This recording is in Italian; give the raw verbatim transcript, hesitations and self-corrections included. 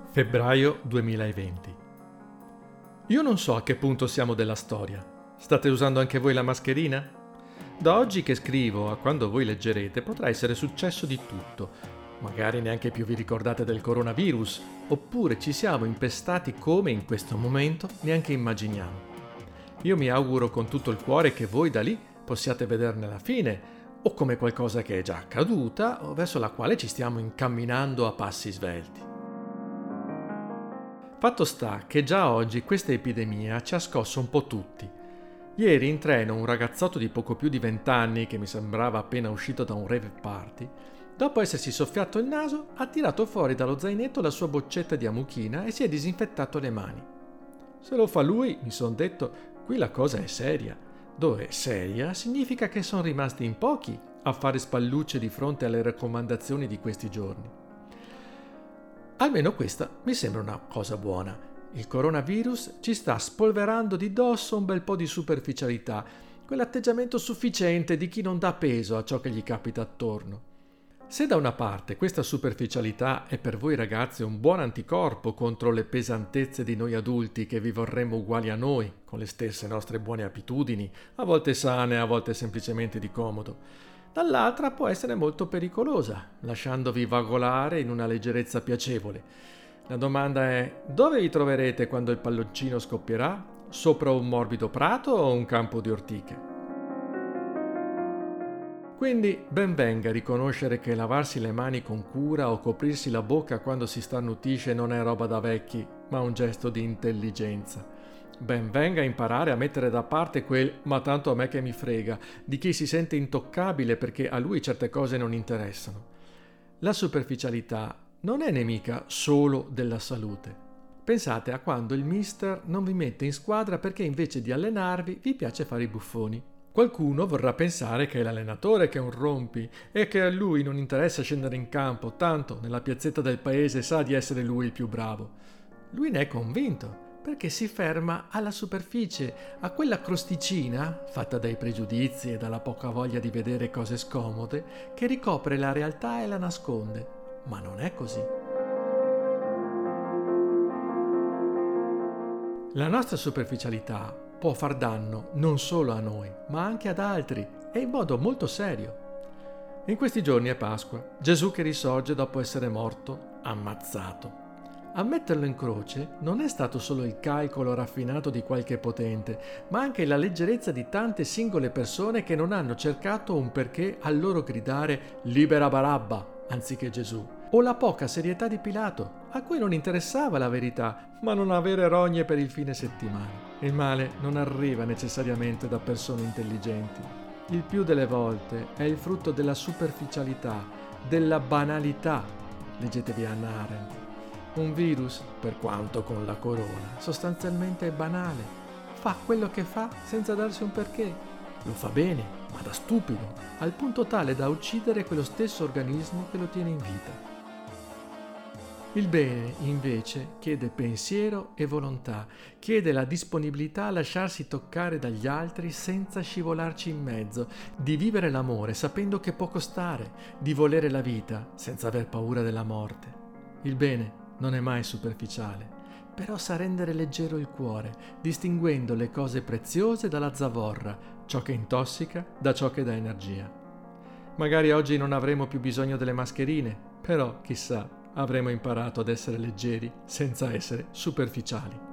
Febbraio duemilaventi. Io non so a che punto siamo della storia. State usando anche voi la mascherina? Da oggi che scrivo a quando voi leggerete potrà essere successo di tutto. Magari neanche più vi ricordate del coronavirus, oppure ci siamo impestati come in questo momento neanche immaginiamo. Io mi auguro con tutto il cuore che voi da lì possiate vederne la fine, o come qualcosa che è già accaduta, o verso la quale ci stiamo incamminando a passi svelti. Fatto sta che già oggi questa epidemia ci ha scosso un po' tutti. Ieri in treno un ragazzotto di poco più di vent'anni, che mi sembrava appena uscito da un rave party, dopo essersi soffiato il naso, ha tirato fuori dallo zainetto la sua boccetta di amuchina e si è disinfettato le mani. Se lo fa lui, mi son detto, qui la cosa è seria. Dove è seria significa che sono rimasti in pochi a fare spallucce di fronte alle raccomandazioni di questi giorni. Almeno questa mi sembra una cosa buona. Il coronavirus ci sta spolverando di dosso un bel po' di superficialità, quell'atteggiamento sufficiente di chi non dà peso a ciò che gli capita attorno. Se da una parte questa superficialità è per voi ragazzi un buon anticorpo contro le pesantezze di noi adulti che vi vorremmo uguali a noi, con le stesse nostre buone abitudini, a volte sane, a volte semplicemente di comodo, dall'altra può essere molto pericolosa, lasciandovi vagolare in una leggerezza piacevole. La domanda è: dove vi troverete quando il palloncino scoppierà? Sopra un morbido prato o un campo di ortiche? Quindi ben venga riconoscere che lavarsi le mani con cura o coprirsi la bocca quando si starnutisce non è roba da vecchi, ma un gesto di intelligenza. Ben venga imparare a mettere da parte quel «ma tanto a me che mi frega» di chi si sente intoccabile perché a lui certe cose non interessano. La superficialità non è nemica solo della salute. Pensate a quando il mister non vi mette in squadra perché invece di allenarvi vi piace fare i buffoni. Qualcuno vorrà pensare che è l'allenatore che è un rompi e che a lui non interessa scendere in campo, tanto nella piazzetta del paese sa di essere lui il più bravo. Lui ne è convinto, perché si ferma alla superficie, a quella crosticina, fatta dai pregiudizi e dalla poca voglia di vedere cose scomode, che ricopre la realtà e la nasconde. Ma non è così. La nostra superficialità può far danno non solo a noi, ma anche ad altri, e in modo molto serio. In questi giorni è Pasqua, Gesù che risorge dopo essere morto, ammazzato. A metterlo in croce non è stato solo il calcolo raffinato di qualche potente, ma anche la leggerezza di tante singole persone che non hanno cercato un perché al loro gridare «Libera Barabba» anziché Gesù, o la poca serietà di Pilato, a cui non interessava la verità, ma non avere rogne per il fine settimana. Il male non arriva necessariamente da persone intelligenti. Il più delle volte è il frutto della superficialità, della banalità. Leggetevi Hannah Arendt. Un virus, per quanto con la corona, sostanzialmente è banale. Fa quello che fa senza darsi un perché. Lo fa bene, ma da stupido, al punto tale da uccidere quello stesso organismo che lo tiene in vita. Il bene, invece, chiede pensiero e volontà, chiede la disponibilità a lasciarsi toccare dagli altri senza scivolarci in mezzo, di vivere l'amore sapendo che può costare, di volere la vita senza aver paura della morte. Il bene non è mai superficiale, però sa rendere leggero il cuore, distinguendo le cose preziose dalla zavorra, ciò che intossica da ciò che dà energia. Magari oggi non avremo più bisogno delle mascherine, però chissà, avremo imparato ad essere leggeri senza essere superficiali.